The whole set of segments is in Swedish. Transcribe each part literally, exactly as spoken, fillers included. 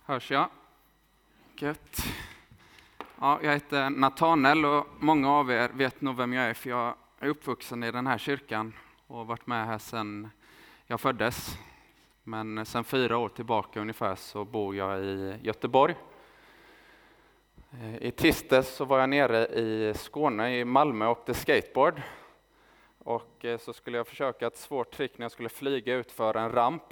Hörs jag? Gött. Ja, jag heter Nathanael och många av er vet nog vem jag är, för jag är uppvuxen i den här kyrkan och varit med här sedan jag föddes. Men sedan fyra år tillbaka ungefär så bor jag i Göteborg. I tisdags så var jag nere i Skåne, i Malmö, och åkte skateboard. Och så skulle jag försöka ett svårt trick när jag skulle flyga ut för en ramp.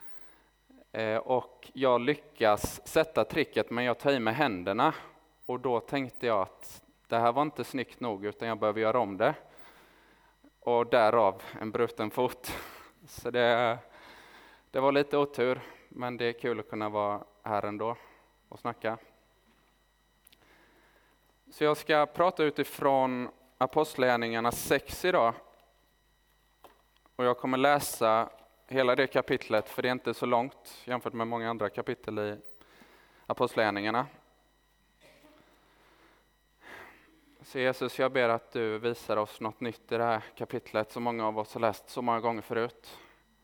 Och jag lyckas sätta tricket, men jag tar i med händerna. Och då tänkte jag att det här var inte snyggt nog, utan jag behöver göra om det. Och därav en bruten fot. Så det, det var lite otur, men det är kul att kunna vara här ändå och snacka. Så jag ska prata utifrån Apostlagärningarna sex idag. Och jag kommer läsa hela det kapitlet, för det är inte så långt jämfört med många andra kapitel i Apostlagärningarna. Så Jesus, jag ber att du visar oss något nytt i det här kapitlet som många av oss har läst så många gånger förut.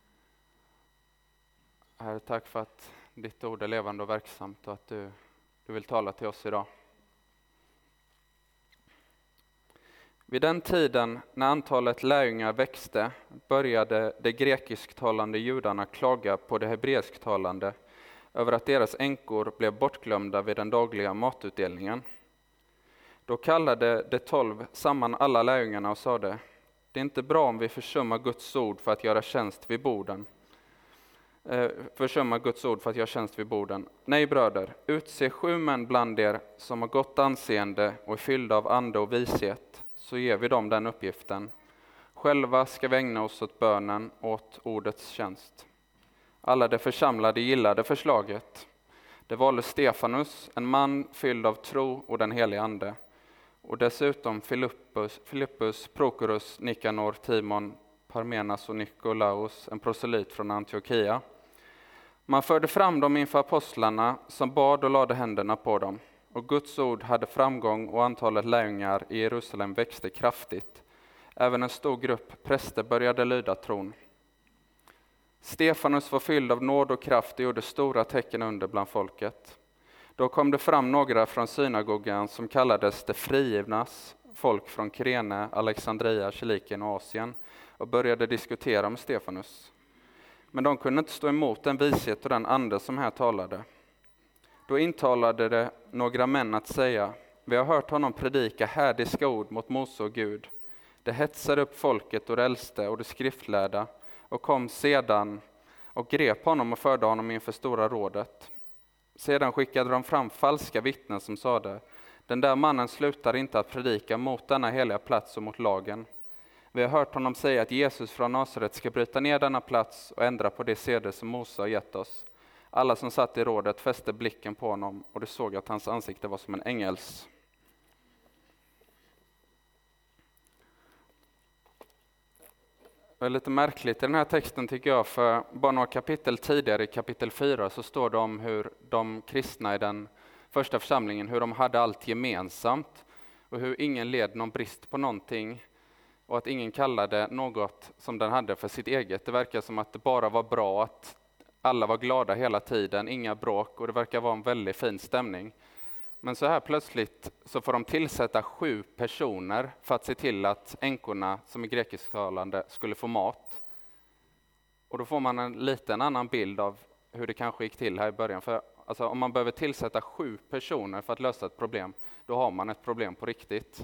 Herre, tack för att ditt ord är levande och verksamt och att du, du vill tala till oss idag. Vid den tiden när antalet lärjungar växte började de grekisktalande judarna klaga på de hebreisktalande över att deras änkor blev bortglömda vid den dagliga matutdelningen. Då kallade de tolv samman alla lärjungarna och sade: det är inte bra om vi försummar Guds ord för att göra tjänst vid borden. Eh, försummar Guds ord för att göra tjänst vid borden. Nej, bröder, utse sju män bland er som har gott anseende och är fyllda av ande och vishet, så ger vi dem den uppgiften. Själva ska vi ägna oss åt bönen och åt ordets tjänst. Alla de församlade gillade förslaget. Det valde Stefanus, en man fylld av tro och den heliga ande. Och dessutom Filippus, Filippus, Prokorus, Nikanor, Timon, Parmenas och Nikolaus, en proselyt från Antiochia. Man förde fram dem inför apostlarna som bad och lade händerna på dem. Och Guds ord hade framgång och antalet lärjungar i Jerusalem växte kraftigt. Även en stor grupp präster började lyda tron. Stefanus var fylld av nåd och kraft och gjorde stora tecken under bland folket. Då kom det fram några från synagogan som kallades de frigivnas, folk från Kyrene, Alexandria, Kilikien och Asien, och började diskutera med Stefanus. Men de kunde inte stå emot den vishet och den ande som här talade. Då intalade det några män att säga: vi har hört honom predika härdiska ord mot Mose och Gud. Det hetsade upp folket och de äldste och de skriftlärda och kom sedan och grep honom och förde honom inför stora rådet. Sedan skickade de fram falska vittnen som sade: den där mannen slutar inte att predika mot denna heliga plats och mot lagen. Vi har hört honom säga att Jesus från Nasaret ska bryta ner denna plats och ändra på det seder som Mose har gett oss. Alla som satt i rådet fäste blicken på honom, och de såg att hans ansikte var som en ängels. Det är lite märkligt i den här texten tycker jag, för bara några kapitel tidigare, i kapitel fyra, så står det om hur de kristna i den första församlingen, hur de hade allt gemensamt och hur ingen led någon brist på någonting och att ingen kallade något som den hade för sitt eget. Det verkar som att det bara var bra, att alla var glada hela tiden, inga bråk, och det verkar vara en väldigt fin stämning. Men så här plötsligt så får de tillsätta sju personer för att se till att änkorna som är grekisktalande skulle få mat. Och då får man en liten annan bild av hur det kanske gick till här i början. För alltså, om man behöver tillsätta sju personer för att lösa ett problem, då har man ett problem på riktigt.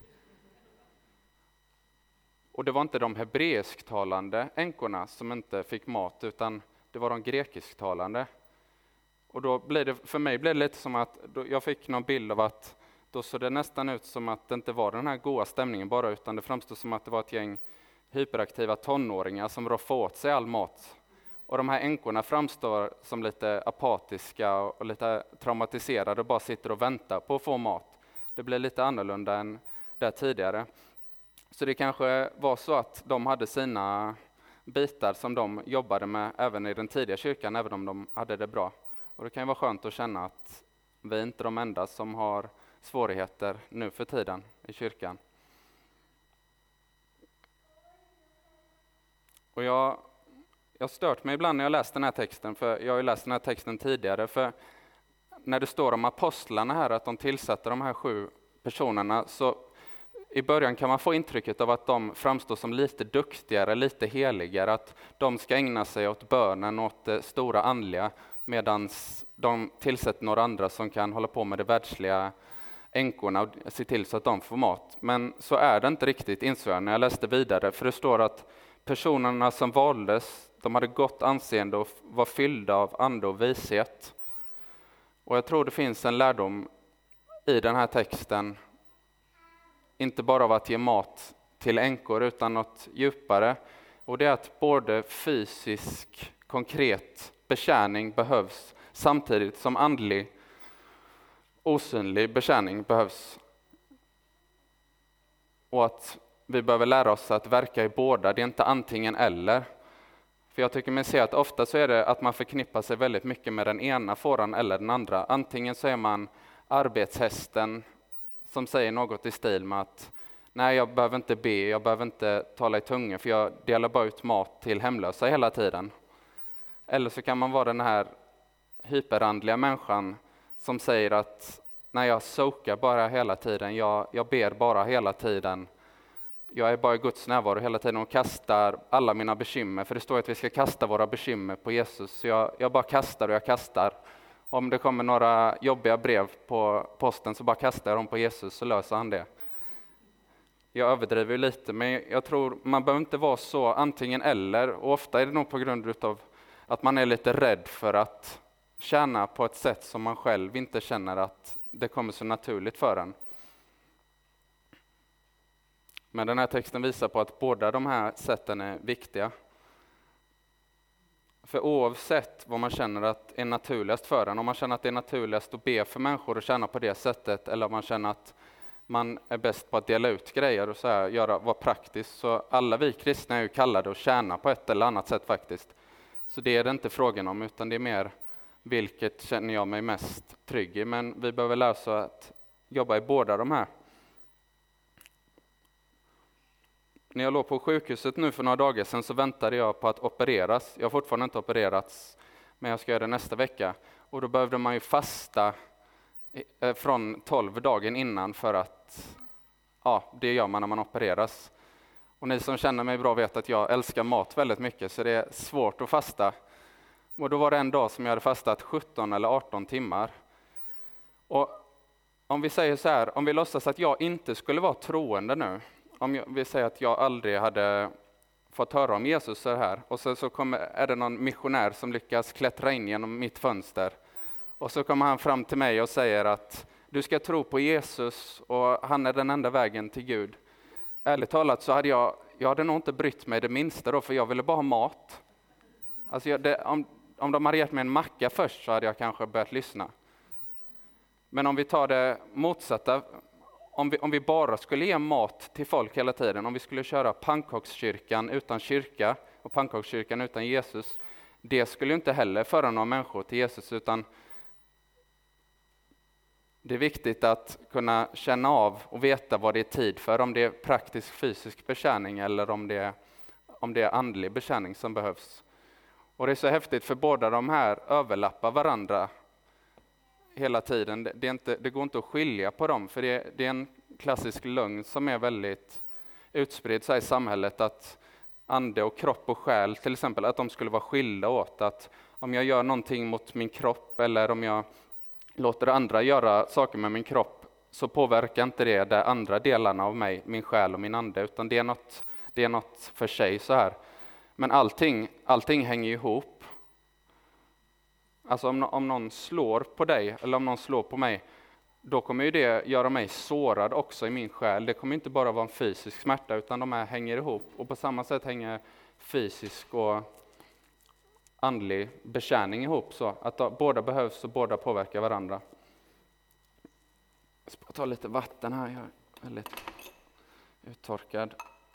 Och det var inte de hebreisktalande änkorna som inte fick mat, utan det var de grekisktalande. Och då blir det, för mig blev det lite som att, då jag fick någon bild av att då såg det nästan ut som att det inte var den här goda stämningen bara, utan det framstod som att det var ett gäng hyperaktiva tonåringar som roffade åt sig all mat. Och de här änkorna framstår som lite apatiska och lite traumatiserade och bara sitter och väntar på att få mat. Det blir lite annorlunda än där tidigare. Så det kanske var så att de hade sina bitar som de jobbade med även i den tidiga kyrkan, även om de hade det bra. Och det kan ju vara skönt att känna att vi är inte de enda som har svårigheter nu för tiden i kyrkan. Och jag, jag stört mig ibland när jag läst den här texten, för jag har ju läst den här texten tidigare. För när det står om apostlarna här, att de tillsätter de här sju personerna, så i början kan man få intrycket av att de framstår som lite duktigare, lite heligare, att de ska ägna sig åt bönen, åt det stora andliga, medan de tillsätter några andra som kan hålla på med det världsliga, änkorna, och se till så att de får mat. Men så är det inte riktigt, insåg jag när jag läste vidare, för det står att personerna som valdes, de hade gott anseende och var fyllda av ande och vishet. Och jag tror det finns en lärdom i den här texten, inte bara av att ge mat till änkor utan något djupare. Och det är att både fysisk, konkret betjäning behövs samtidigt som andlig, osynlig betjäning behövs. Och att vi behöver lära oss att verka i båda, det är inte antingen eller. För jag tycker mig se att ofta så är det att man förknippar sig väldigt mycket med den ena fåran eller den andra. Antingen så är man arbetshästen som säger något i stil med att nej, jag behöver inte be, jag behöver inte tala i tunga för jag delar bara ut mat till hemlösa hela tiden. Eller så kan man vara den här hyperandliga människan som säger att nej, jag sokar bara hela tiden, jag, jag ber bara hela tiden. Jag är bara i Guds närvaro hela tiden och kastar alla mina bekymmer. För det står att vi ska kasta våra bekymmer på Jesus. Så jag, jag bara kastar och jag kastar. Om det kommer några jobbiga brev på posten så bara kastar jag dem på Jesus så löser han det. Jag överdriver ju lite, men jag tror man behöver inte vara så antingen eller. Och ofta är det nog på grund av att man är lite rädd för att tjäna på ett sätt som man själv inte känner att det kommer så naturligt för en. Men den här texten visar på att båda de här sätten är viktiga. För oavsett vad man känner att är naturligast för en, om man känner att det är naturligast att be för människor och tjäna på det sättet, eller om man känner att man är bäst på att dela ut grejer och så här, göra, vara praktiskt, så alla vi kristna är ju kallade att tjäna på ett eller annat sätt faktiskt. Så det är det inte frågan om, utan det är mer vilket känner jag mig mest trygg i. Men vi behöver lära oss att jobba i båda de här. När jag låg på sjukhuset nu för några dagar sedan så väntade jag på att opereras. Jag har fortfarande inte opererats, men jag ska göra det nästa vecka. Och då behövde man ju fasta från tolv dagen innan för att, ja, det gör man när man opereras. Och ni som känner mig bra vet att jag älskar mat väldigt mycket, så det är svårt att fasta. Och då var det en dag som jag hade fastat sjutton eller arton timmar. Och om vi säger så här, om vi låtsas att jag inte skulle vara troende nu, om vi säger att jag aldrig hade fått höra om Jesus så här, och så, så kommer, är det någon missionär som lyckas klättra in genom mitt fönster. Och så kommer han fram till mig och säger att du ska tro på Jesus och han är den enda vägen till Gud. Ärligt talat så hade jag, jag hade nog inte brytt mig det minsta då, för jag ville bara ha mat. Alltså jag, det, om, om de hade gett mig en macka först så hade jag kanske börjat lyssna. Men om vi tar det motsatta, om vi, om vi bara skulle ge mat till folk hela tiden, om vi skulle köra pannkakskyrkan utan kyrka och pannkakskyrkan utan Jesus, det skulle inte heller föra några människor till Jesus, utan det är viktigt att kunna känna av och veta vad det är tid för, om det är praktisk fysisk betjäning eller om det är, om det är andlig betjäning som behövs. Och det är så häftigt för båda de här överlappar varandra hela tiden. Det, är inte, det går inte att skilja på dem, för det, det är en klassisk lögn som är väldigt utspridd så här i samhället, att ande och kropp och själ till exempel, att de skulle vara skilda åt. Att om jag gör någonting mot min kropp eller om jag låter andra göra saker med min kropp, så påverkar inte det de andra delarna av mig, min själ och min ande, utan det är något, det är något för sig så här. Men allting, allting hänger ihop. Alltså om, om någon slår på dig eller om någon slår på mig, då kommer ju det göra mig sårad också i min själ. Det kommer inte bara vara en fysisk smärta, utan de här hänger ihop. Och på samma sätt hänger fysisk och andlig betjäning ihop, så att båda behövs och båda påverkar varandra. Jag ska ta lite vatten här, jag är väldigt uttorkad.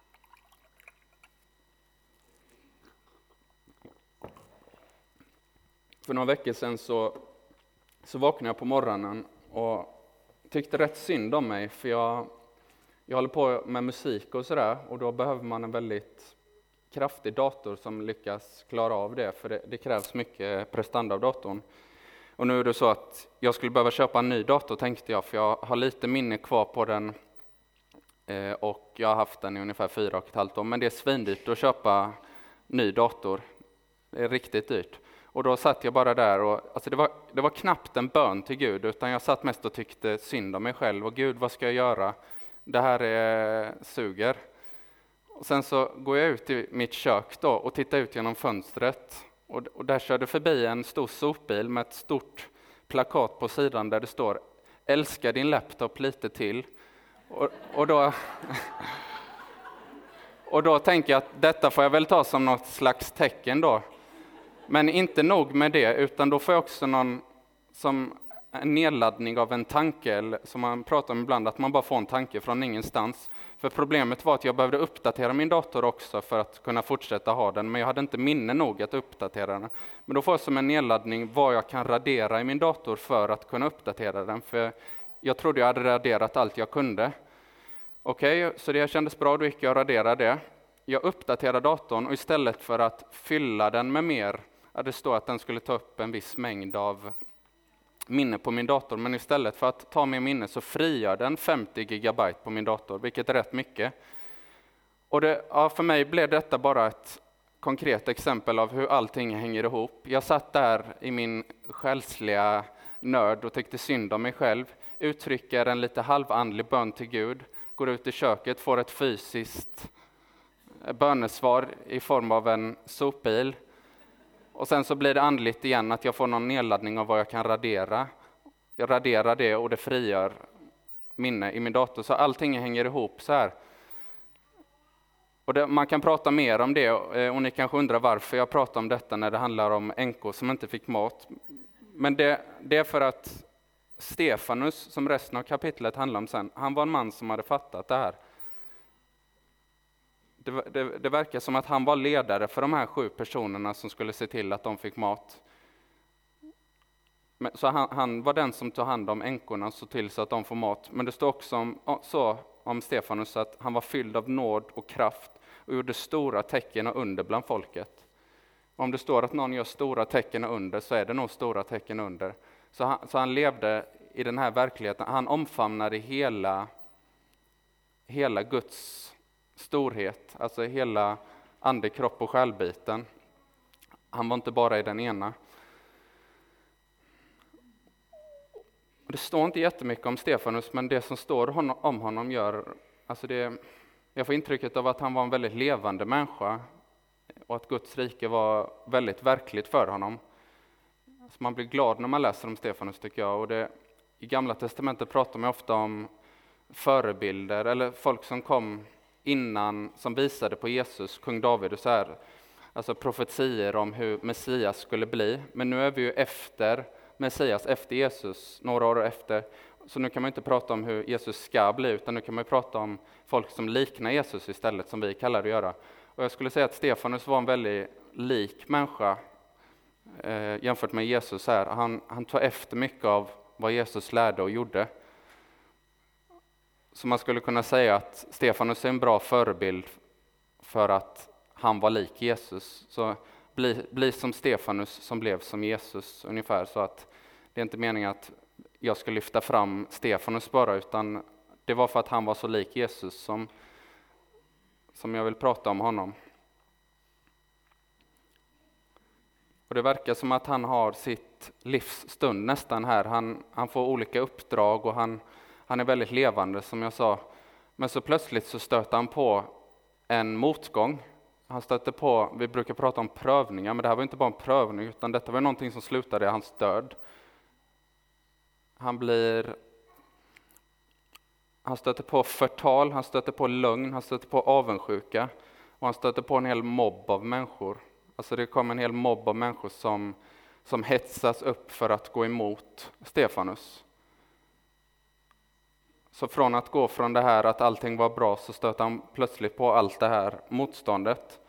För några veckor sedan så, så vaknade jag på morgonen och tyckte rätt synd om mig, för jag, jag håller på med musik och sådär, och då behöver man en väldigt kraftig dator som lyckas klara av det, för det, det krävs mycket prestanda av datorn. Och nu är det så att jag skulle behöva köpa en ny dator, tänkte jag, för jag har lite minne kvar på den. Eh, och jag har haft den i ungefär fyra och ett halvt år. Men det är svindyrt att köpa ny dator. Det är riktigt dyrt. Och då satt jag bara där och alltså det var, det var knappt en bön till Gud, utan jag satt mest och tyckte synd om mig själv. Och Gud, vad ska jag göra? Det här är suger. Och sen så går jag ut i mitt kök då och tittar ut genom fönstret. Och, och där körde förbi en stor sopbil med ett stort plakat på sidan där det står älska din laptop lite till. Och, och, då, och då tänker jag att detta får jag väl ta som något slags tecken då. Men inte nog med det, utan då får jag också någon som en nedladdning av en tanke, eller som man pratar om ibland, att man bara får en tanke från ingenstans. För problemet var att jag behövde uppdatera min dator också för att kunna fortsätta ha den, men jag hade inte minne nog att uppdatera den. Men då får jag som en nedladdning vad jag kan radera i min dator för att kunna uppdatera den, för jag trodde jag hade raderat allt jag kunde. Okej, okay, så det kändes bra, då gick jag och raderade det. Jag uppdaterade datorn och istället för att fylla den med mer, det står att den skulle ta upp en viss mängd av minne på min dator, men istället för att ta mer minne så frigör den femtio gigabyte på min dator, vilket är rätt mycket. Och det, ja, för mig blev detta bara ett konkret exempel av hur allting hänger ihop. Jag satt där i min själsliga nörd och tyckte synd om mig själv, uttrycker en lite halvandlig bön till Gud, går ut i köket, får ett fysiskt bönesvar i form av en sopbil. Och sen så blir det andligt igen, att jag får någon nedladdning av vad jag kan radera. Jag raderar det och det frigör minne i min dator. Så allting hänger ihop så här. Och det, man kan prata mer om det, och ni kanske undrar varför jag pratar om detta när det handlar om änkor som inte fick mat. Men det, det är för att Stefanus, som resten av kapitlet handlar om sen, han var en man som hade fattat det här. Det, det, det verkar som att han var ledare för de här sju personerna som skulle se till att de fick mat. Men, så han, han var den som tog hand om änkorna och såg till så att de får mat. Men det står också om, så om Stefanus att han var fylld av nåd och kraft och gjorde stora tecken och under bland folket. Och om det står att någon gör stora tecken och under, så är det nog stora tecken och under. Så han, så han levde i den här verkligheten. Han omfamnade hela, hela Guds storhet, alltså hela ande, kropp och själbiten. Han var inte bara i den ena. Det står inte jättemycket om Stefanus, men det som står om honom gör, alltså det, jag får intrycket av att han var en väldigt levande människa och att Guds rike var väldigt verkligt för honom. Så man blir glad när man läser om Stefanus, tycker jag. Och det, i Gamla testamentet pratar man ofta om förebilder eller folk som kom innan, som visade på Jesus, kung David och så här. Alltså profetier om hur Messias skulle bli. Men nu är vi ju efter Messias, efter Jesus, några år efter. Så nu kan man inte prata om hur Jesus ska bli, utan nu kan man prata om folk som liknar Jesus istället, som vi kallar det att göra. Och jag skulle säga att Stefanus var en väldigt lik människa eh, jämfört med Jesus här. Han, han tog efter mycket av vad Jesus lärde och gjorde. Så man skulle kunna säga att Stefanus är en bra förebild för att han var lik Jesus. Så bli, bli som Stefanus som blev som Jesus ungefär. Så att det är inte meningen att jag ska lyfta fram Stefanus bara, utan det var för att han var så lik Jesus som, som jag vill prata om honom. Och det verkar som att han har sitt livs stund nästan här. Han, han får olika uppdrag och han, han är väldigt levande, som jag sa. Men så plötsligt så stöter han på en motgång. Han stöter på, vi brukar prata om prövningar, men det här var inte bara en prövning, utan detta var någonting som slutade i hans död. Han blir, han stöter på förtal, han stöter på lögn, han stöter på avundsjuka och han stöter på en hel mobb av människor. Alltså det kom en hel mobb av människor som, som hetsas upp för att gå emot Stefanus. Så från att gå från det här att allting var bra, så stöter han plötsligt på allt det här motståndet.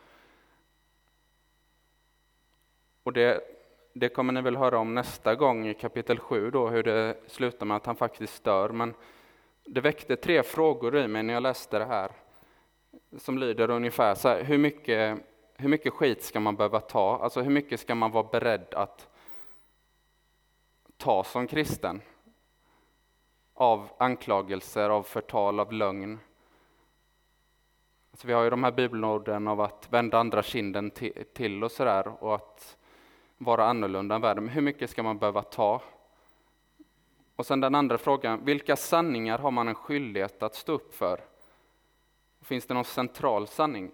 Och det, det kommer ni väl höra om nästa gång i kapitel sju då, hur det slutar med att han faktiskt dör. Men det väckte tre frågor i mig när jag läste det här, som lyder ungefär så här: hur mycket, hur mycket skit ska man behöva ta? Alltså hur mycket ska man vara beredd att ta som kristen. Av anklagelser, av förtal, av lögn. Så vi har ju de här bibelorden av att vända andra kinden till, till och sådär. Och att vara annorlunda än världen. Men hur mycket ska man behöva ta? Och sen den andra frågan. Vilka sanningar har man en skyldighet att stå upp för? Finns det någon central sanning?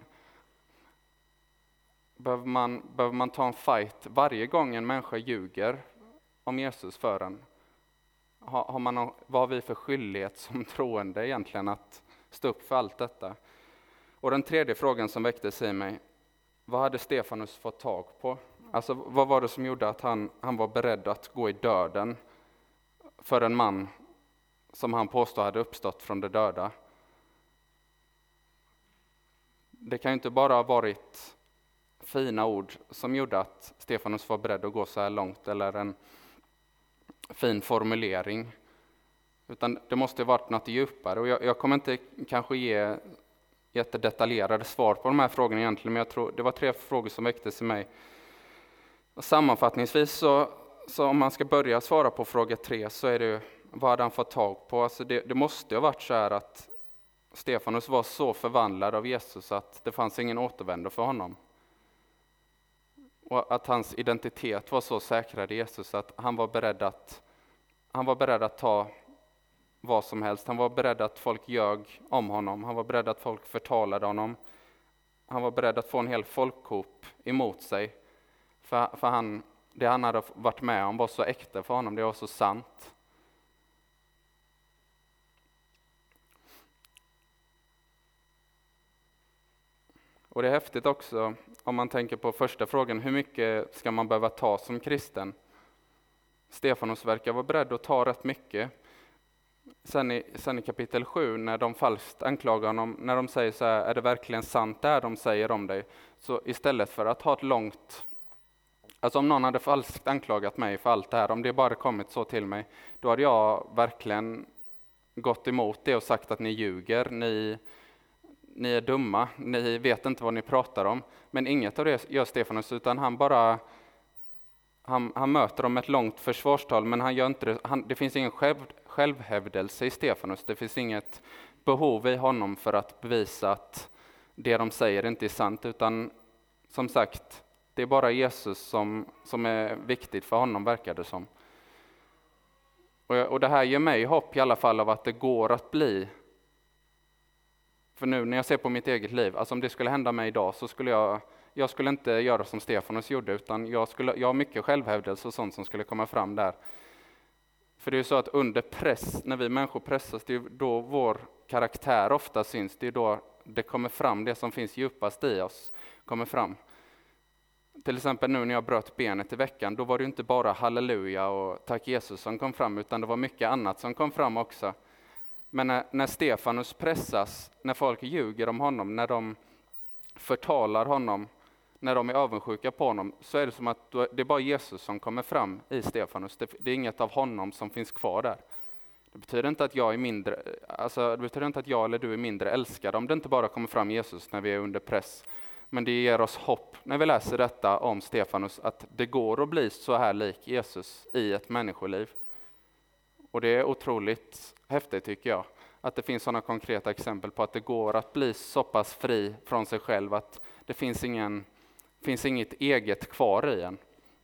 Behöver man, behöver man ta en fight varje gång en människa ljuger om Jesus för en? Har, har man någon, vad har vi för skyldighet som troende egentligen att stå upp för allt detta? Och den tredje frågan som väcktes i mig. Vad hade Stefanus fått tag på? Alltså vad var det som gjorde att han, han var beredd att gå i döden för en man som han påstod hade uppstått från de döda? Det kan ju inte bara ha varit fina ord som gjorde att Stefanus var beredd att gå så här långt, eller en fin formulering, utan det måste ha varit något djupare. Och jag, jag kommer inte kanske ge jättedetaljerade svar på de här frågorna egentligen, men jag tror det var tre frågor som väcktes i mig. Och sammanfattningsvis så, så om man ska börja svara på fråga tre, så är det vad hade han fått tag på? Alltså det, det måste ha varit så här att Stefanus var så förvandlad av Jesus att det fanns ingen återvändo för honom. Och att hans identitet var så säkrad i Jesus att han var beredd att, han var beredd att ta vad som helst. Han var beredd att folk ljög om honom. Han var beredd att folk förtalade honom. Han var beredd att få en hel folkhop emot sig. För, för han, det han hade varit med om var så äkta för honom. Det var så sant. Och det är häftigt också om man tänker på första frågan. Hur mycket ska man behöva ta som kristen? Stefanus verkar vara beredd att ta rätt mycket. Sen i, sen i kapitel sju, när de falskt anklagar honom, när de säger så här, är det verkligen sant det de säger om dig? Så istället för att ha ett långt, alltså om någon hade falskt anklagat mig för allt det här, om det bara kommit så till mig, då hade jag verkligen gått emot det och sagt att ni ljuger, ni, ni är dumma, ni vet inte vad ni pratar om. Men inget av det gör Stefanus, utan han bara Han, han möter dem med ett långt försvarstal, men han gör inte det, han, det finns ingen själv, självhävdelse i Stefanus. Det finns inget behov i honom för att bevisa att det de säger inte är sant, utan som sagt, det är bara Jesus som, som är viktigt för honom, verkar det som. Och, och det här ger mig hopp i alla fall av att det går att bli. För nu när jag ser på mitt eget liv, alltså om det skulle hända mig idag, så skulle jag Jag skulle inte göra som Stefanus gjorde, utan jag, skulle, jag har mycket självhävdelse och sånt som skulle komma fram där. För det är ju så att under press, när vi människor pressas, det är då vår karaktär ofta syns. Det är då det kommer fram, det som finns djupast i oss kommer fram. Till exempel nu när jag bröt benet i veckan, då var det inte bara halleluja och tack Jesus som kom fram, utan det var mycket annat som kom fram också. Men när, när Stefanus pressas, när folk ljuger om honom, när de förtalar honom, när de är avundsjuka på honom, så är det som att det är bara Jesus som kommer fram i Stefanus. Det, det är inget av honom som finns kvar där. Det betyder inte att jag är mindre, alltså det betyder inte att jag eller du är mindre älskade om det inte bara kommer fram Jesus när vi är under press. Men det ger oss hopp när vi läser detta om Stefanus, att det går att bli så här lik Jesus i ett människoliv. Och det är otroligt häftigt tycker jag, att det finns sådana konkreta exempel på att det går att bli så pass fri från sig själv att det finns, ingen, finns inget eget kvar i en.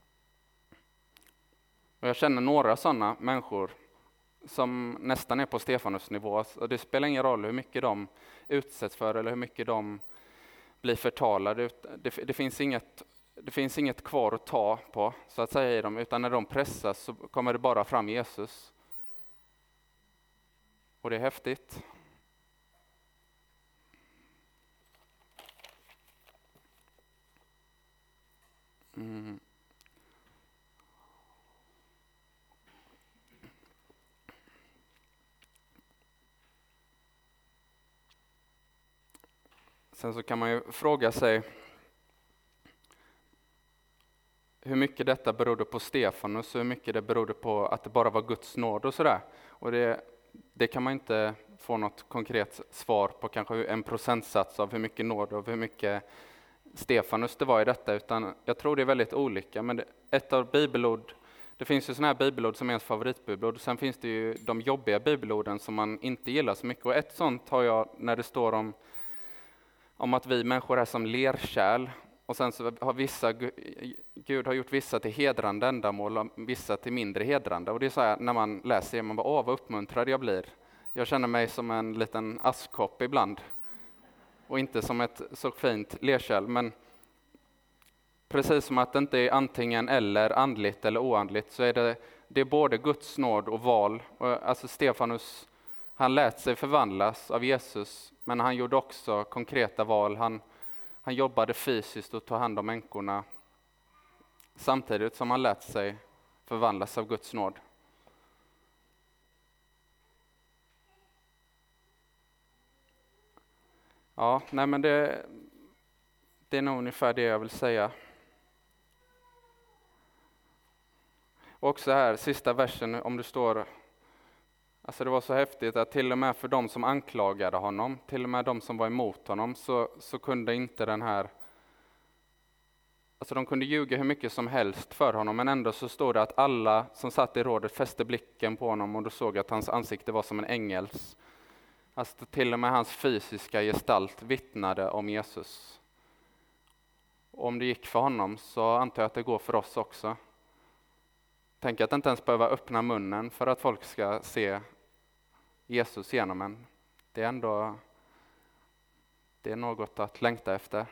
Och jag känner några sådana människor som nästan är på Stefanus nivå. Och det spelar ingen roll hur mycket de utsätts för eller hur mycket de blir förtalade. Det, det, finns inget, det finns inget kvar att ta på, så att säga, i dem, utan när de pressas så kommer det bara fram Jesus. Och det är häftigt. Mm. Sen så kan man ju fråga sig hur mycket detta berodde på Stefanus och hur mycket det berodde på att det bara var Guds nåd och sådär. Och det, det kan man inte få något konkret svar på, kanske en procentsats av hur mycket nåd och hur mycket Stefanus det var i detta, utan jag tror det är väldigt olika. Men det, ett av bibelord, Det finns ju sådana här bibelord som är ens favoritbibelord. Sen finns det ju de jobbiga bibelorden som man inte gillar så mycket. Och ett sånt har jag när det står om, om att vi människor är som lerkärl. Och sen så har vissa, Gud har gjort vissa till hedrande ändamål och vissa till mindre hedrande. Och det är så här, när man läser det, man bara, åh vad uppmuntrad jag blir. Jag känner mig som en liten askkopp ibland. Och inte som ett så fint lerkärl. Men precis som att det inte är antingen eller andligt eller oandligt, så är det, det är både Guds nåd och val. Och alltså Stefanus, han lät sig förvandlas av Jesus, men han gjorde också konkreta val. Han, han jobbade fysiskt och tog hand om änkorna samtidigt som han lät sig förvandlas av Guds nåd. Ja, nej men det, det är nog ungefär det jag vill säga. Och också här, sista versen, om det står, alltså det var så häftigt att till och med för de som anklagade honom, till och med de som var emot honom, så, så kunde inte den här, alltså de kunde ljuga hur mycket som helst för honom, men ändå så står det att alla som satt i rådet fäste blicken på honom och då såg att hans ansikte var som en ängels. Alltså till och med hans fysiska gestalt vittnade om Jesus. Och om det gick för honom så antar jag att det går för oss också. Tänk att inte ens behöva öppna munnen för att folk ska se Jesus genom en. Det är ändå det är något att längta efter.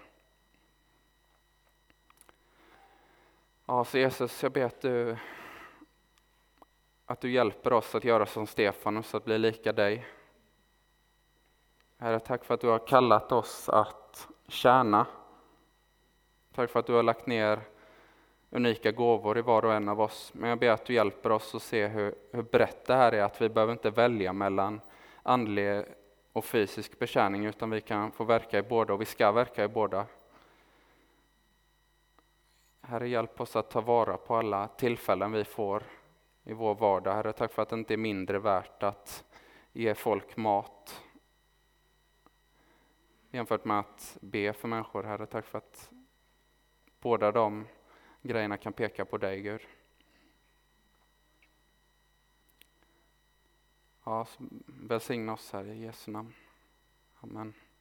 Ja, så Jesus, jag ber att du, att du hjälper oss att göra som Stefanus, att bli lika dig. Herre, tack för att du har kallat oss att tjäna. Tack för att du har lagt ner unika gåvor i var och en av oss. Men jag ber att du hjälper oss att se hur, hur brett det här är, att vi behöver inte välja mellan andlig och fysisk betjäning, utan vi kan få verka i båda och vi ska verka i båda. Herre, hjälp oss att ta vara på alla tillfällen vi får i vår vardag. Herre, tack för att det inte är mindre värt att ge folk mat jämfört med att be för människor. Herre, tack för att båda de grejerna kan peka på dig, Gud. Ja, välsigna oss här i Jesu namn. Amen.